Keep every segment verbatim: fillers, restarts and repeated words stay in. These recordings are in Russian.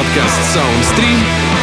Подкаст Soundstream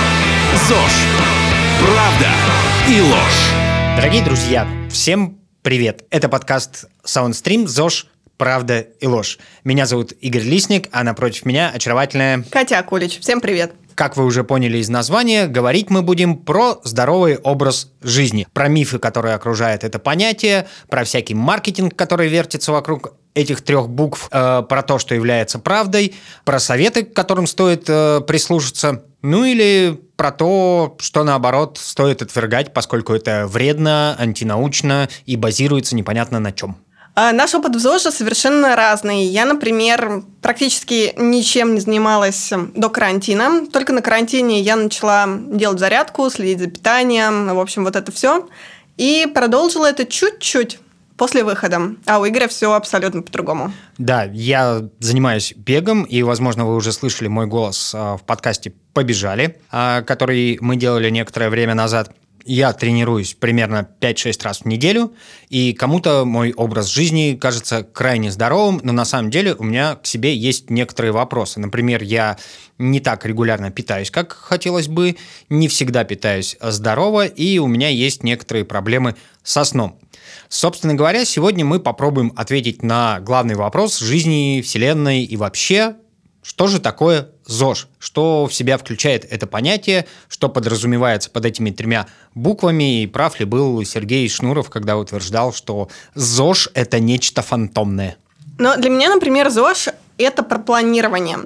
ЗОЖ. Правда и ложь. Дорогие друзья, всем привет. Это подкаст Soundstream ЗОЖ. Правда и ложь. Меня зовут Игорь Лисник, а напротив меня очаровательная Катя Акулич. Всем привет. Как вы уже поняли из названия, говорить мы будем про здоровый образ жизни, про мифы, которые окружают это понятие, про всякий маркетинг, который вертится вокруг этих трех букв, э, про то, что является правдой, про советы, к которым стоит э, прислушаться, ну или про то, что наоборот стоит отвергать, поскольку это вредно, антинаучно и базируется непонятно на чем. Наш опыт в ЗОЖе совершенно разный. Я, например, практически ничем не занималась до карантина. Только на карантине я начала делать зарядку, следить за питанием, в общем, вот это все. И продолжила это чуть-чуть после выхода. А у Игоря все абсолютно по-другому. Да, я занимаюсь бегом, и, возможно, вы уже слышали мой голос в подкасте «Побежали», который мы делали некоторое время назад. Я тренируюсь примерно пять-шесть раз в неделю, и кому-то мой образ жизни кажется крайне здоровым, но на самом деле у меня к себе есть некоторые вопросы. Например, я не так регулярно питаюсь, как хотелось бы, не всегда питаюсь здорово, и у меня есть некоторые проблемы со сном. Собственно говоря, сегодня мы попробуем ответить на главный вопрос жизни, Вселенной и вообще, что же такое ЗОЖ? Что в себя включает это понятие? Что подразумевается под этими тремя буквами? И прав ли был Сергей Шнуров, когда утверждал, что ЗОЖ – это нечто фантомное? Но для меня, например, ЗОЖ – это про планирование.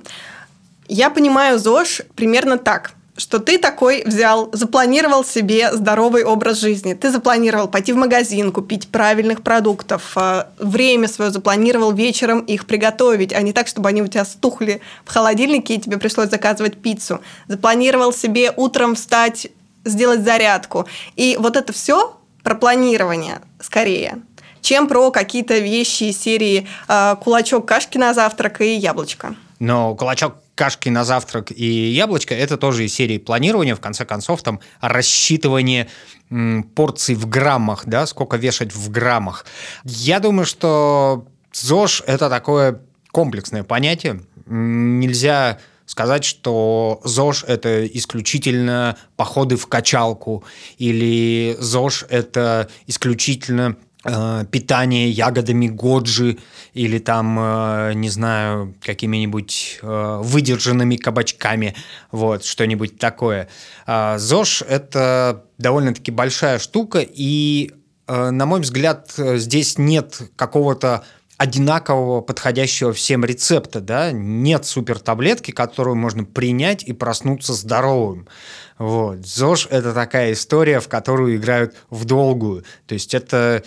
Я понимаю ЗОЖ примерно так, что ты такой взял, запланировал себе здоровый образ жизни. Ты запланировал пойти в магазин, купить правильных продуктов, время свое запланировал вечером их приготовить, а не так, чтобы они у тебя стухли в холодильнике, и тебе пришлось заказывать пиццу. Запланировал себе утром встать, сделать зарядку. И вот это все про планирование скорее, чем про какие-то вещи из серии «Кулачок кашки на завтрак» и «Яблочко». Но кулачок кашки на завтрак и яблочко – это тоже из серии планирования, в конце концов, там рассчитывание м, порций в граммах, да, сколько вешать в граммах. Я думаю, что ЗОЖ – это такое комплексное понятие. Нельзя сказать, что ЗОЖ – это исключительно походы в качалку, или ЗОЖ – это исключительно питание ягодами годжи или там, не знаю, какими-нибудь выдержанными кабачками, вот, что-нибудь такое. ЗОЖ – это довольно-таки большая штука, и, на мой взгляд, здесь нет какого-то одинакового, подходящего всем рецепта, да, нет супертаблетки, которую можно принять и проснуться здоровым. Вот. ЗОЖ – это такая история, в которую играют в долгую, то есть это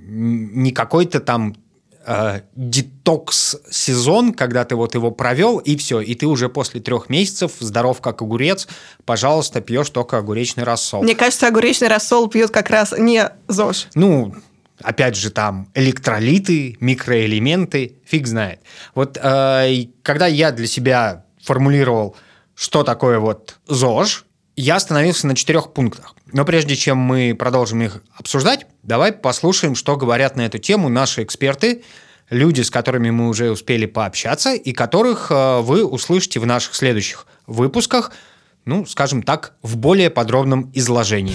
не какой-то там э, детокс-сезон, когда ты вот его провел, и все, и ты уже после трех месяцев здоров как огурец, пожалуйста, пьешь только огуречный рассол. Мне кажется, огуречный рассол пьют как раз не ЗОЖ. Ну, опять же, там электролиты, микроэлементы, фиг знает. Вот э, когда я для себя формулировал, что такое вот ЗОЖ, я остановился на четырех пунктах. Но прежде чем мы продолжим их обсуждать, давай послушаем, что говорят на эту тему наши эксперты, люди, с которыми мы уже успели пообщаться, и которых вы услышите в наших следующих выпусках, ну, скажем так, в более подробном изложении.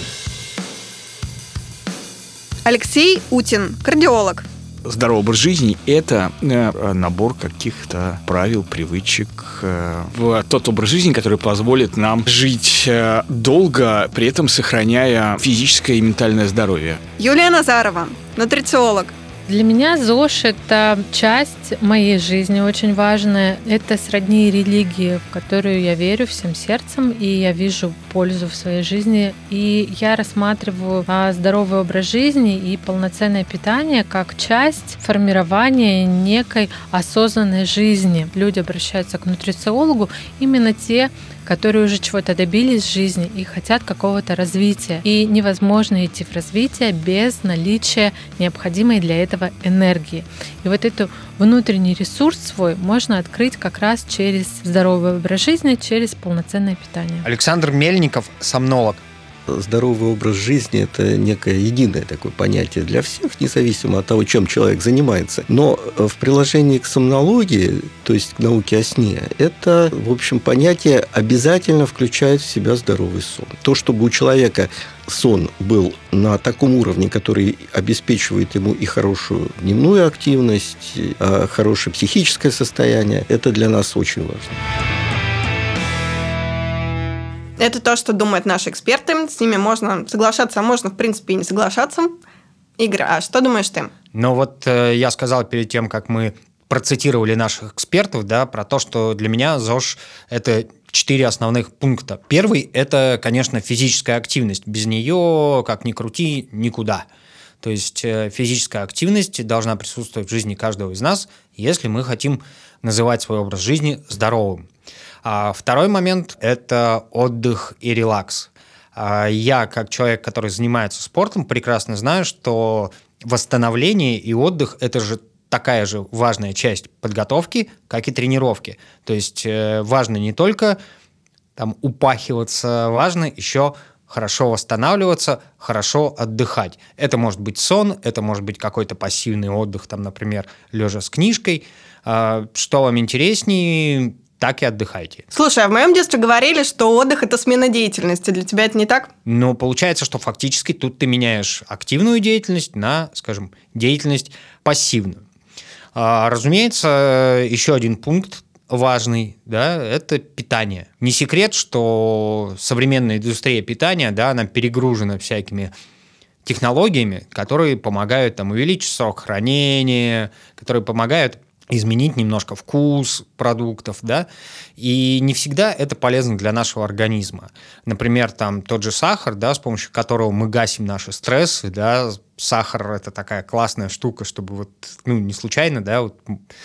Алексей Утин, кардиолог. Здоровый образ жизни – это э, набор каких-то правил, привычек, э, тот образ жизни, который позволит нам жить э, долго, при этом сохраняя физическое и ментальное здоровье. Юлия Назарова, нутрициолог. Для меня ЗОЖ – это часть моей жизни очень важная. Это сродни религии, в которую я верю всем сердцем, и я вижу пользу в своей жизни. И я рассматриваю здоровый образ жизни и полноценное питание как часть формирования некой осознанной жизни. Люди обращаются к нутрициологу именно те, которые уже чего-то добились в жизни и хотят какого-то развития. И невозможно идти в развитие без наличия необходимой для этого энергии. И вот этот внутренний ресурс свой можно открыть как раз через здоровый образ жизни, через полноценное питание. Александр Мельников, сомнолог. здоровый образ жизни – это некое единое такое понятие для всех, независимо от того, чем человек занимается. Но в приложении к сомнологии, то есть к науке о сне, это, в общем, понятие обязательно включает в себя здоровый сон. То, чтобы у человека сон был на таком уровне, который обеспечивает ему и хорошую дневную активность, и хорошее психическое состояние, это для нас очень важно. Это то, что думают наши эксперты. С ними можно соглашаться, а можно, в принципе, и не соглашаться. Игорь, а что думаешь ты? Ну вот э, я сказал перед тем, как мы процитировали наших экспертов, да, про то, что для меня ЗОЖ – это четыре основных пункта. Первый – это, конечно, физическая активность. Без нее, как ни крути, никуда. То есть э, физическая активность должна присутствовать в жизни каждого из нас, если мы хотим называть свой образ жизни здоровым. А второй момент – это отдых и релакс. Я, как человек, который занимается спортом, прекрасно знаю, что восстановление и отдых – это же такая же важная часть подготовки, как и тренировки. То есть важно не только там, упахиваться, важно еще хорошо восстанавливаться, хорошо отдыхать. Это может быть сон, это может быть какой-то пассивный отдых, там, например, лежа с книжкой. Что вам интереснее, так и отдыхайте. Слушай, а в моем детстве говорили, что отдых – это смена деятельности. Для тебя это не так? Ну, получается, что фактически тут ты меняешь активную деятельность на, скажем, деятельность пассивную. А, разумеется, еще один пункт важный, да, это питание. Не секрет, что современная индустрия питания, да, она перегружена всякими технологиями, которые помогают там, увеличить срок хранения, которые помогают изменить немножко вкус продуктов, да, и не всегда это полезно для нашего организма. Например, там тот же сахар, да, с помощью которого мы гасим наши стрессы, да, сахар – это такая классная штука, чтобы вот, ну, не случайно, да, вот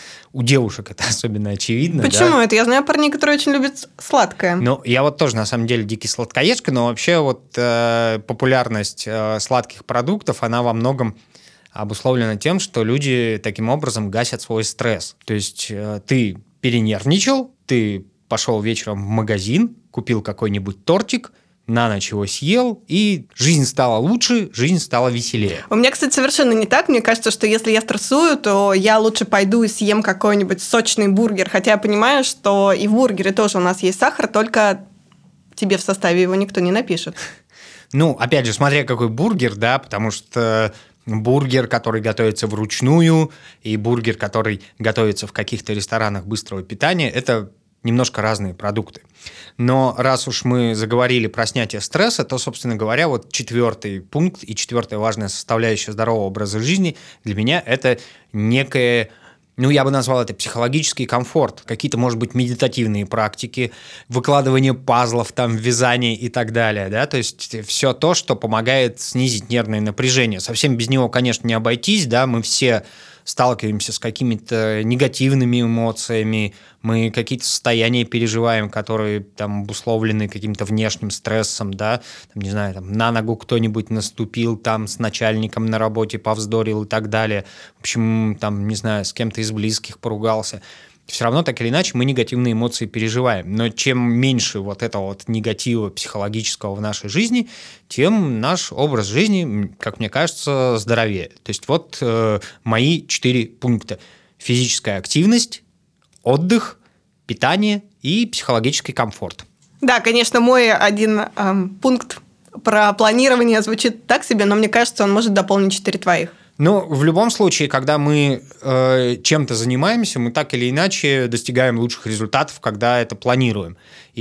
у девушек это особенно очевидно. Почему да? это? Я знаю парней, которые очень любят сладкое. Ну, я вот тоже, на самом деле, дикий сладкоежка, но вообще вот э, популярность э, сладких продуктов, она во многом обусловлено тем, что люди таким образом гасят свой стресс. То есть э, ты перенервничал, ты пошел вечером в магазин, купил какой-нибудь тортик, на ночь его съел, и жизнь стала лучше, жизнь стала веселее. У меня, кстати, совершенно не так. Мне кажется, что если я стрессую, то я лучше пойду и съем какой-нибудь сочный бургер. Хотя я понимаю, что и в бургере тоже у нас есть сахар, только тебе в составе его никто не напишет. Ну, опять же, смотря какой бургер, да, потому что бургер, который готовится вручную, и бургер, который готовится в каких-то ресторанах быстрого питания, это немножко разные продукты. Но раз уж мы заговорили про снятие стресса, то, собственно говоря, вот четвертый пункт и четвертая важная составляющая здорового образа жизни для меня – это некое, ну, я бы назвал это психологический комфорт, какие-то, может быть, медитативные практики, выкладывание пазлов, там, вязание и так далее, да, то есть все то, что помогает снизить нервное напряжение. Совсем без него, конечно, не обойтись, да, мы все сталкиваемся с какими-то негативными эмоциями, мы какие-то состояния переживаем, которые там обусловлены каким-то внешним стрессом, да, там, не знаю, там, на ногу кто-нибудь наступил, там, с начальником на работе повздорил и так далее, в общем, там, не знаю, с кем-то из близких поругался. Все равно, так или иначе, мы негативные эмоции переживаем. Но чем меньше вот этого вот негатива психологического в нашей жизни, тем наш образ жизни, как мне кажется, здоровее. То есть вот э, мои четыре пункта. Физическая активность, отдых, питание и психологический комфорт. Да, конечно, мой один эм, пункт про планирование звучит так себе, но мне кажется, он может дополнить четыре твоих. Ну, в любом случае, когда мы э, чем-то занимаемся, мы так или иначе достигаем лучших результатов, когда это планируем.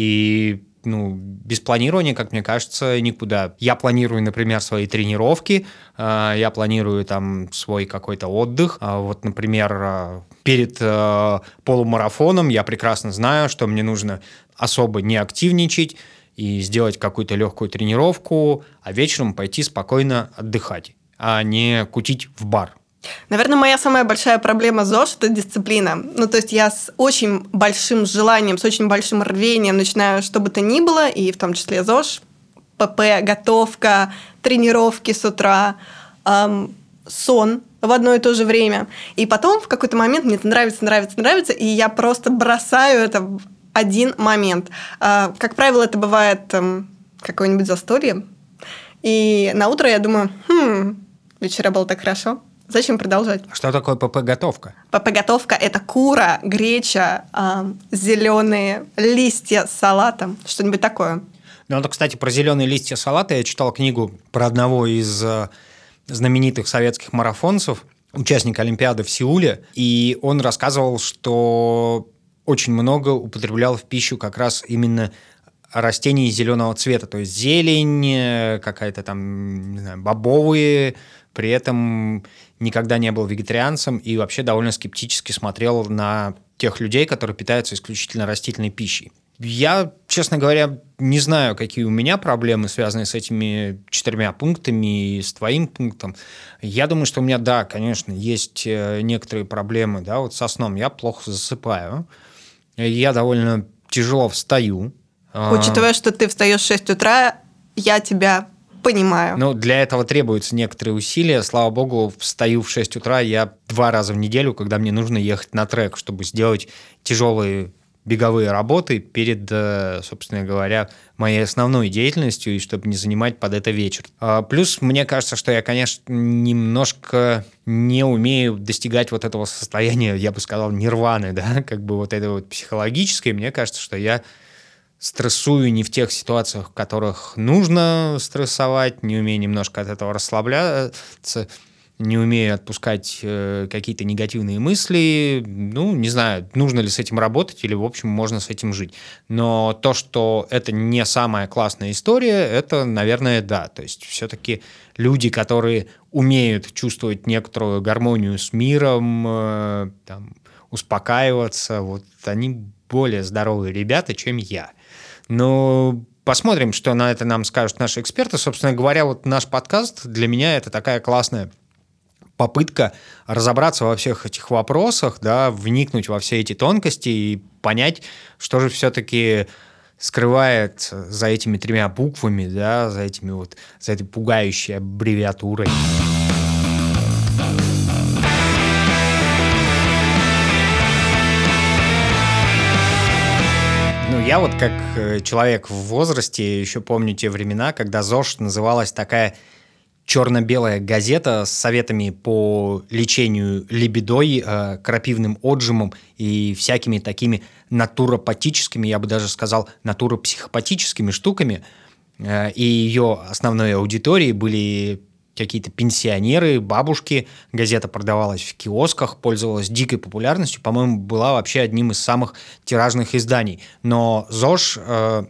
И ну, без планирования, как мне кажется, никуда. Я планирую, например, свои тренировки, э, я планирую там свой какой-то отдых. Э, вот, например, э, перед э, полумарафоном я прекрасно знаю, что мне нужно особо не активничать и сделать какую-то легкую тренировку, а вечером пойти спокойно отдыхать, а не кутить в бар. Наверное, моя самая большая проблема ЗОЖ – это дисциплина. Ну, то есть я с очень большим желанием, с очень большим рвением начинаю что бы то ни было, и в том числе ЗОЖ, ПП, готовка, тренировки с утра, эм, сон в одно и то же время. И потом в какой-то момент мне это нравится, нравится, нравится, и я просто бросаю это в один момент. Э, как правило, это бывает э, какое-нибудь застолье, И на утро я думаю, хм, ведь вчера было так хорошо. Зачем продолжать? Что такое ПП-готовка? ПП-готовка – это кура, греча, э, зеленые листья с салатом, что-нибудь такое. Ну, это, кстати, про зеленые листья салата. Я читал книгу про одного из э, знаменитых советских марафонцев, участника Олимпиады в Сеуле, и он рассказывал, что очень много употреблял в пищу как раз именно растений зеленого цвета, то есть зелень, какая-то там, не знаю, бобовые, при этом никогда не был вегетарианцем и вообще довольно скептически смотрел на тех людей, которые питаются исключительно растительной пищей. Я, честно говоря, не знаю, какие у меня проблемы, связанные с этими четырьмя пунктами и с твоим пунктом. Я думаю, что у меня, да, конечно, есть некоторые проблемы, да, вот со сном. Я плохо засыпаю, я довольно тяжело встаю. Учитывая, что ты встаешь в шесть утра, я тебя понимаю. Ну, для этого требуются некоторые усилия. Слава богу, встаю в шесть утра я два раза в неделю, когда мне нужно ехать на трек, чтобы сделать тяжелые беговые работы перед, собственно говоря, моей основной деятельностью, и чтобы не занимать под это вечер. Плюс мне кажется, что я, конечно, немножко не умею достигать вот этого состояния, я бы сказал, нирваны, да, как бы вот это вот психологическое. Мне кажется, что я стрессую не в тех ситуациях, в которых нужно стрессовать, не умею немножко от этого расслабляться, не умею отпускать э, какие-то негативные мысли. Ну, не знаю, нужно ли с этим работать или, в общем, можно с этим жить. Но то, что это не самая классная история, это, наверное, да. То есть все-таки люди, которые умеют чувствовать некоторую гармонию с миром, э, там, успокаиваться, вот они более здоровые ребята, чем я. Но посмотрим, что на это нам скажут наши эксперты. Собственно говоря, вот наш подкаст для меня это такая классная попытка разобраться во всех этих вопросах, да, вникнуть во все эти тонкости и понять, что же все-таки скрывает за этими тремя буквами, да, за этими вот, за этой пугающей аббревиатурой. Ну, я вот как человек в возрасте еще помню те времена, когда ЗОЖ называлась такая черно-белая газета с советами по лечению либидой, э, крапивным отжимом и всякими такими натуропатическими, я бы даже сказал, натуропсихопатическими штуками. Э, и ее основной аудиторией были какие-то пенсионеры, бабушки. Газета продавалась в киосках, пользовалась дикой популярностью. По-моему, была вообще одним из самых тиражных изданий. Но ЗОЖ... Э,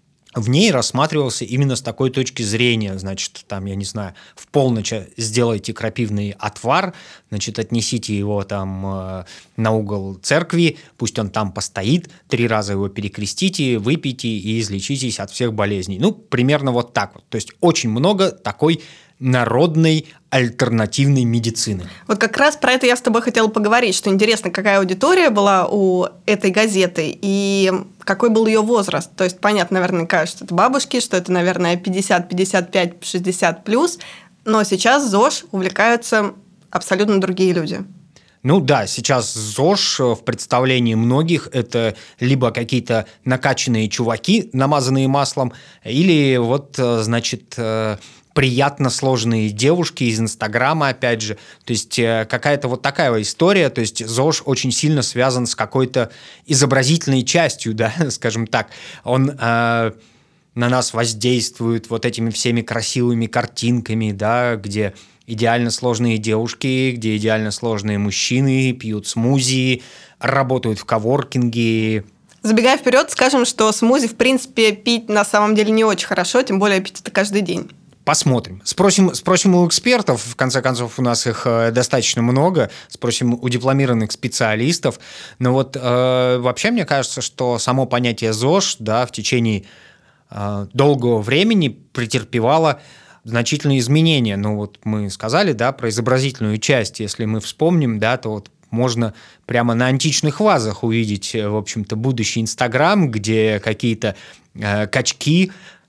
в ней рассматривался именно с такой точки зрения, значит, там, я не знаю, в полночь сделайте крапивный отвар, значит, отнесите его там на угол церкви, пусть он там постоит, три раза его перекрестите, выпейте и излечитесь от всех болезней. Ну, примерно вот так вот. То есть очень много такой народной альтернативной медицины. Вот как раз про это я с тобой хотела поговорить, что интересно, какая аудитория была у этой газеты и какой был ее возраст. То есть понятно наверняка, что это бабушки, что это, наверное, пятьдесят, пятьдесят пять, шестьдесят плюс, но сейчас ЗОЖ увлекаются абсолютно другие люди. Ну да, сейчас ЗОЖ в представлении многих это либо какие-то накачанные чуваки, намазанные маслом, или вот, значит, приятно сложные девушки из Инстаграма, опять же. То есть какая-то вот такая история. То есть ЗОЖ очень сильно связан с какой-то изобразительной частью, да, скажем так. Он э, на нас воздействует вот этими всеми красивыми картинками, да, где идеально сложные девушки, где идеально сложные мужчины пьют смузи, работают в коворкинге. Забегая вперед, скажем, что смузи, в принципе, пить на самом деле не очень хорошо, тем более пить это каждый день. Посмотрим. Спросим, спросим у экспертов, в конце концов, у нас их э, достаточно много, спросим у дипломированных специалистов. Но вот э, вообще мне кажется, что само понятие ЗОЖ, да, в течение э, долгого времени претерпевало значительные изменения. Ну вот мы сказали, да, про изобразительную часть, если мы вспомним, да, то вот можно прямо на античных вазах увидеть, в общем-то, будущий Инстаграм, где какие-то э, качки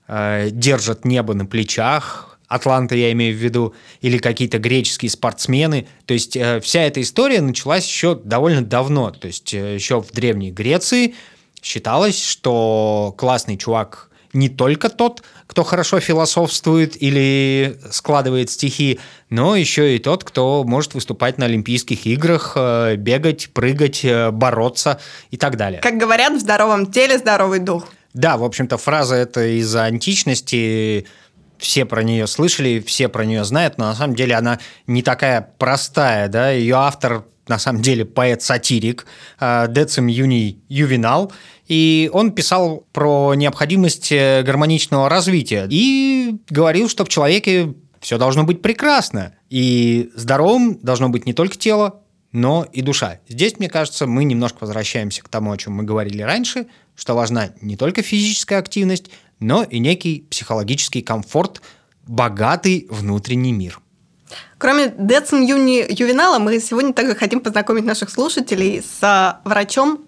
держат небо на плечах, Атланта я имею в виду, или какие-то греческие спортсмены. То есть э, вся эта история началась еще довольно давно. То есть э, еще в Древней Греции считалось, что классный чувак не только тот, кто хорошо философствует или складывает стихи, но еще и тот, кто может выступать на Олимпийских играх, бегать, прыгать, бороться и так далее. Как говорят, в здоровом теле здоровый дух. Да, в общем-то, фраза эта из античности, все про нее слышали, все про нее знают, но на самом деле она не такая простая, да, ее автор на самом деле поэт-сатирик Децим Юний Ювенал, и он писал про необходимость гармоничного развития и говорил, что в человеке все должно быть прекрасно, и здоровым должно быть не только тело, но и душа. Здесь, мне кажется, мы немножко возвращаемся к тому, о чем мы говорили раньше, что важна не только физическая активность, но и некий психологический комфорт, богатый внутренний мир. Кроме Децим Юни Ювенала, мы сегодня также хотим познакомить наших слушателей с врачом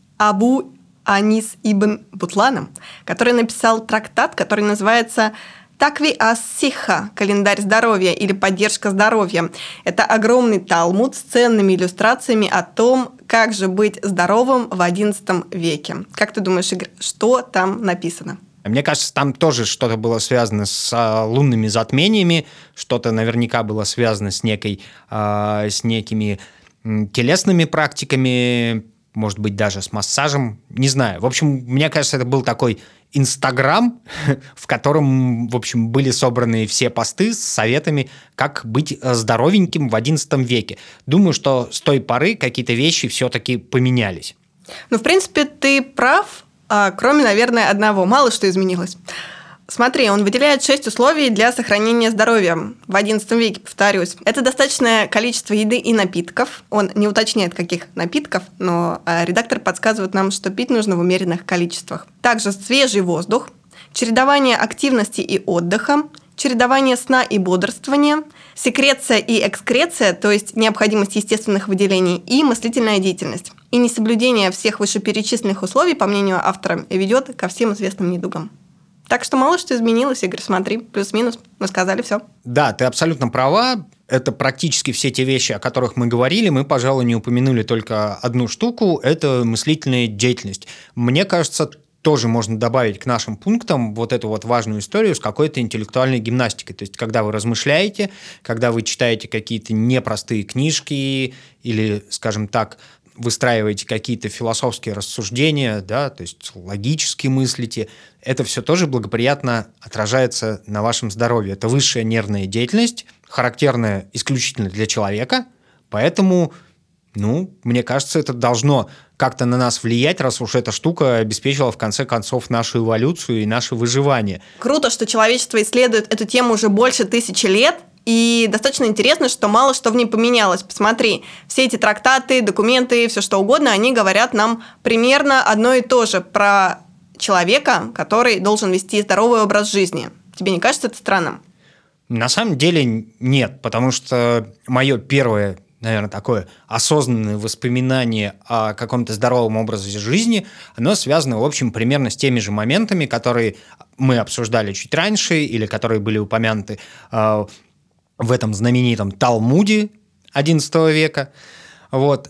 Абу Анис ибн Бутланом, который написал трактат, который называется «Такви ас-Сиха» – «Календарь здоровья» или «Поддержка здоровья». Это огромный талмуд с ценными иллюстрациями о том, как же быть здоровым в одиннадцатом веке. Как ты думаешь, Игорь, что там написано? Мне кажется, там тоже что-то было связано с а, лунными затмениями, что-то наверняка было связано с, некой, а, с некими м, телесными практиками, может быть, даже с массажем, не знаю. В общем, мне кажется, это был такой Инстаграм, в котором, в общем, были собраны все посты с советами, как быть здоровеньким в одиннадцатом веке. Думаю, что с той поры какие-то вещи все-таки поменялись. Ну, в принципе, ты прав, кроме, наверное, одного. Мало что изменилось. Смотри, он выделяет шесть условий для сохранения здоровья в одиннадцатом веке, повторюсь. Это достаточное количество еды и напитков. Он не уточняет, каких напитков, но редактор подсказывает нам, что пить нужно в умеренных количествах. Также свежий воздух, чередование активности и отдыха, чередование сна и бодрствования, секреция и экскреция, то есть необходимость естественных выделений, и мыслительная деятельность. И несоблюдение всех вышеперечисленных условий, по мнению автора, ведет ко всем известным недугам. Так что мало что изменилось, Игорь, смотри, плюс-минус, мы сказали все. Да, ты абсолютно права. Это практически все те вещи, о которых мы говорили. Мы, пожалуй, не упомянули только одну штуку – это мыслительная деятельность. Мне кажется, тоже можно добавить к нашим пунктам вот эту вот важную историю с какой-то интеллектуальной гимнастикой. То есть, когда вы размышляете, когда вы читаете какие-то непростые книжки или, скажем так, выстраиваете какие-то философские рассуждения, да, то есть логически мыслите, это все тоже благоприятно отражается на вашем здоровье. Это высшая нервная деятельность, характерная исключительно для человека, поэтому, ну, мне кажется, это должно как-то на нас влиять, раз уж эта штука обеспечила в конце концов нашу эволюцию и наше выживание. Круто, что человечество исследует эту тему уже больше тысячи лет, и достаточно интересно, что мало что в ней поменялось. Посмотри, все эти трактаты, документы, все что угодно, они говорят нам примерно одно и то же про человека, который должен вести здоровый образ жизни. Тебе не кажется это странным? На самом деле нет, потому что мое первое, наверное, такое осознанное воспоминание о каком-то здоровом образе жизни, оно связано, в общем, примерно с теми же моментами, которые мы обсуждали чуть раньше или которые были упомянуты э, в этом знаменитом Талмуде одиннадцатого века. Вот.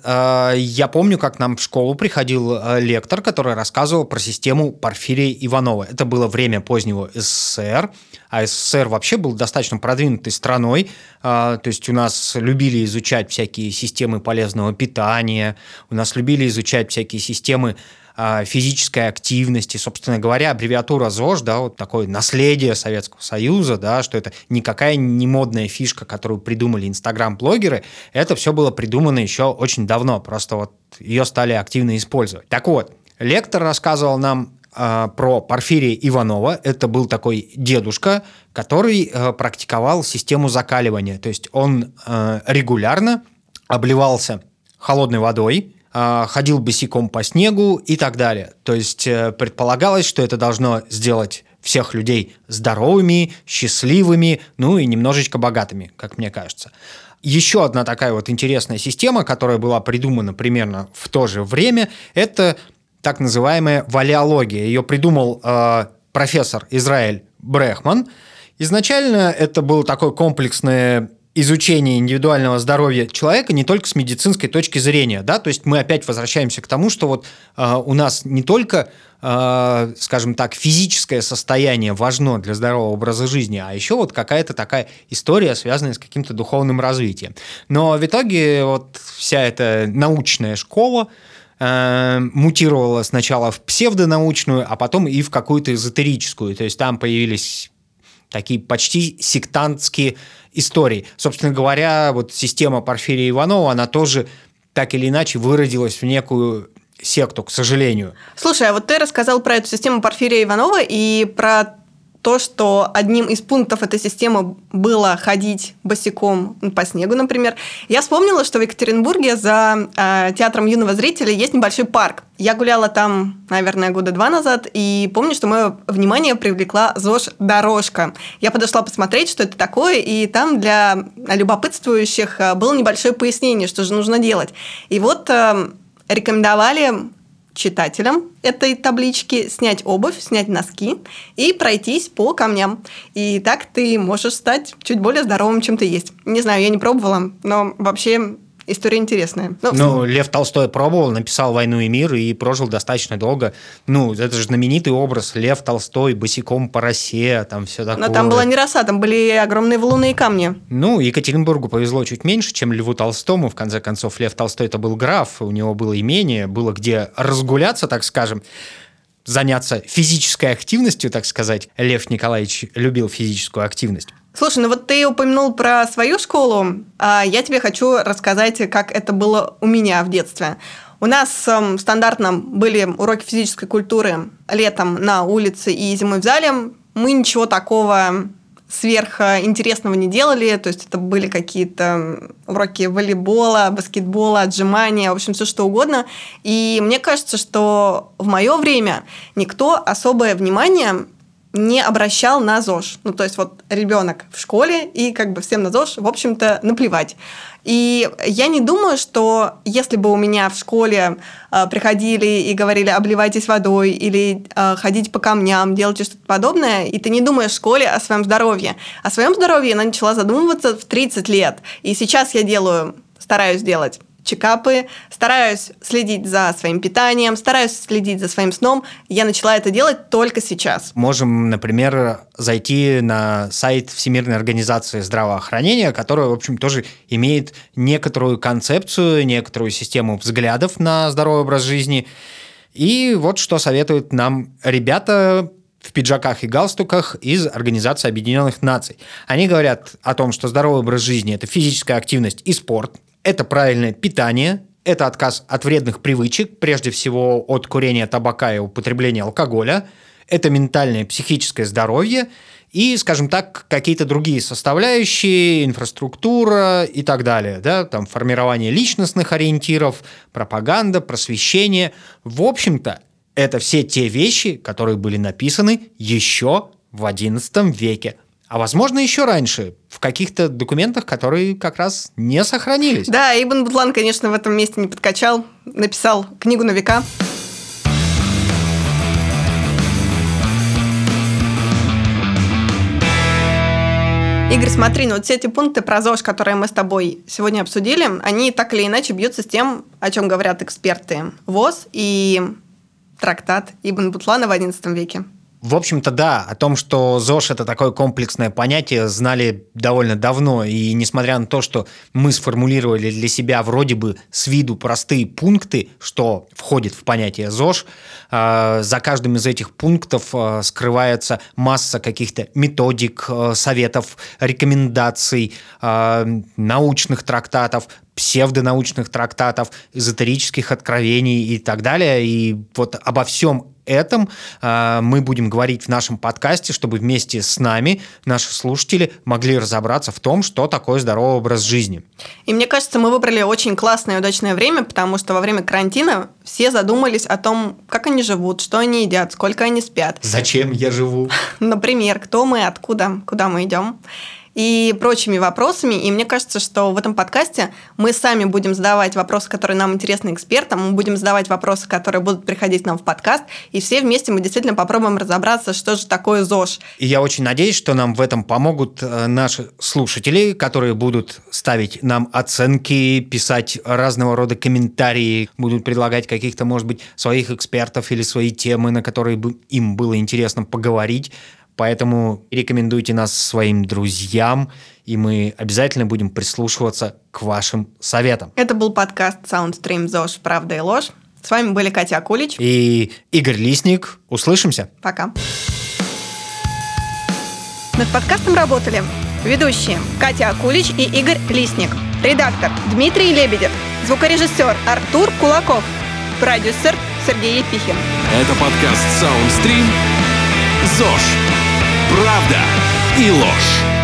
Я помню, как нам в школу приходил лектор, который рассказывал про систему Порфирия Иванова. Это было время позднего СССР, а СССР вообще был достаточно продвинутой страной. То есть у нас любили изучать всякие системы полезного питания, у нас любили изучать всякие системы физической активности. Собственно говоря, аббревиатура ЗОЖ, да, вот такое наследие Советского Союза, да, что это никакая не модная фишка, которую придумали инстаграм-блогеры, это все было придумано еще очень давно, просто вот ее стали активно использовать. Так вот, лектор рассказывал нам э, про Порфирия Иванова. Это был такой дедушка, который э, практиковал систему закаливания, то есть он э, регулярно обливался холодной водой, ходил босиком по снегу и так далее. То есть предполагалось, что это должно сделать всех людей здоровыми, счастливыми, ну и немножечко богатыми, как мне кажется. Еще одна такая вот интересная система, которая была придумана примерно в то же время, это так называемая валеология. Ее придумал э, профессор Израиль Брехман. Изначально это было такое комплексное изучение индивидуального здоровья человека не только с медицинской точки зрения, да, то есть мы опять возвращаемся к тому, что вот э, у нас не только э, скажем так, физическое состояние важно для здорового образа жизни, а еще вот какая-то такая история, связанная с каким-то духовным развитием. Но в итоге вот вся эта научная школа э, мутировала сначала в псевдонаучную, а потом и в какую-то эзотерическую. То есть там появились такие почти сектантские истории. Собственно говоря, вот система Порфирия Иванова, она тоже так или иначе выродилась в некую секту, к сожалению. Слушай, а вот ты рассказал про эту систему Порфирия Иванова и про то, что одним из пунктов этой системы было ходить босиком по снегу, например. Я вспомнила, что в Екатеринбурге за э, театром юного зрителя есть небольшой парк. Я гуляла там, наверное, года два назад, и помню, что мое внимание привлекла ЗОЖ-дорожка. Я подошла посмотреть, что это такое, и там для любопытствующих было небольшое пояснение, что же нужно делать. И вот э, рекомендовали читателям этой таблички снять обувь, снять носки и пройтись по камням. И так ты можешь стать чуть более здоровым, чем ты есть. Не знаю, я не пробовала, но вообще история интересная. Ну, ну, Лев Толстой пробовал, написал «Войну и мир» и прожил достаточно долго. Ну, это же знаменитый образ. Лев Толстой босиком по росе, там все такое. Но там была не роса, там были огромные валуны и камни. Ну, Екатеринбургу повезло чуть меньше, чем Льву Толстому. В конце концов, Лев Толстой – это был граф, у него было имение, было где разгуляться, так скажем, заняться физической активностью, так сказать. Лев Николаевич любил физическую активность. Слушай, ну вот ты упомянул про свою школу, а я тебе хочу рассказать, как это было у меня в детстве. У нас э, стандартно были уроки физической культуры летом на улице и зимой в зале. Мы ничего такого сверхинтересного не делали, то есть это были какие-то уроки волейбола, баскетбола, отжимания, в общем, все что угодно. И мне кажется, что в мое время никто особое внимание не обращал на ЗОЖ. Ну, то есть вот ребенок в школе, и как бы всем на ЗОЖ, в общем-то, наплевать. И я не думаю, что если бы у меня в школе э, приходили и говорили «обливайтесь водой» или э, «ходите по камням», «делайте что-то подобное», и ты не думаешь в школе о своем здоровье. О своем здоровье я начала задумываться в тридцать лет. И сейчас я делаю, стараюсь делать чекапы, стараюсь следить за своим питанием, стараюсь следить за своим сном. Я начала это делать только сейчас. Можем, например, зайти на сайт Всемирной организации здравоохранения, которая, в общем, тоже имеет некоторую концепцию, некоторую систему взглядов на здоровый образ жизни. И вот что советуют нам ребята в пиджаках и галстуках из Организации Объединенных Наций. Они говорят о том, что здоровый образ жизни – это физическая активность и спорт, это правильное питание, это отказ от вредных привычек, прежде всего от курения табака и употребления алкоголя, это ментальное и психическое здоровье и, скажем так, какие-то другие составляющие, инфраструктура и так далее. Да? Там формирование личностных ориентиров, пропаганда, просвещение. В общем-то, это все те вещи, которые были написаны еще в одиннадцатом веке. А возможно, еще раньше, в каких-то документах, которые как раз не сохранились. Да, Ибн Батлан, конечно, в этом месте не подкачал. Написал книгу на века. Игорь, смотри, ну вот все эти пункты про ЗОЖ, которые мы с тобой сегодня обсудили, они так или иначе бьются с тем, о чем говорят эксперты ВОЗ и трактат Ибн Батлана в одиннадцатом веке. В общем-то, да, о том, что ЗОЖ – это такое комплексное понятие, знали довольно давно. И несмотря на то, что мы сформулировали для себя вроде бы с виду простые пункты, что входит в понятие ЗОЖ, за каждым из этих пунктов скрывается масса каких-то методик, советов, рекомендаций, научных трактатов, псевдонаучных трактатов, эзотерических откровений и так далее. И вот обо всем этом э, мы будем говорить в нашем подкасте, чтобы вместе с нами наши слушатели могли разобраться в том, что такое здоровый образ жизни. И мне кажется, мы выбрали очень классное и удачное время, потому что во время карантина все задумались о том, как они живут, что они едят, сколько они спят. Зачем я живу? Например, кто мы, откуда, куда мы идем. и прочими вопросами. И мне кажется, что в этом подкасте мы сами будем задавать вопросы, которые нам интересны экспертам, мы будем задавать вопросы, которые будут приходить нам в подкаст, и все вместе мы действительно попробуем разобраться, что же такое ЗОЖ. И я очень надеюсь, что нам в этом помогут наши слушатели, которые будут ставить нам оценки, писать разного рода комментарии, будут предлагать каких-то, может быть, своих экспертов или свои темы, на которые бы им было интересно поговорить. Поэтому рекомендуйте нас своим друзьям, и мы обязательно будем прислушиваться к вашим советам. Это был подкаст Soundstream ЗОЖ «Правда и ложь». С вами были Катя Акулич и Игорь Лисник. Услышимся. Пока. Над подкастом работали ведущие Катя Акулич и Игорь Лисник, редактор Дмитрий Лебедев, звукорежиссер Артур Кулаков, продюсер Сергей Епихин. Это подкаст Soundstream ЗОЖ. Правда и ложь.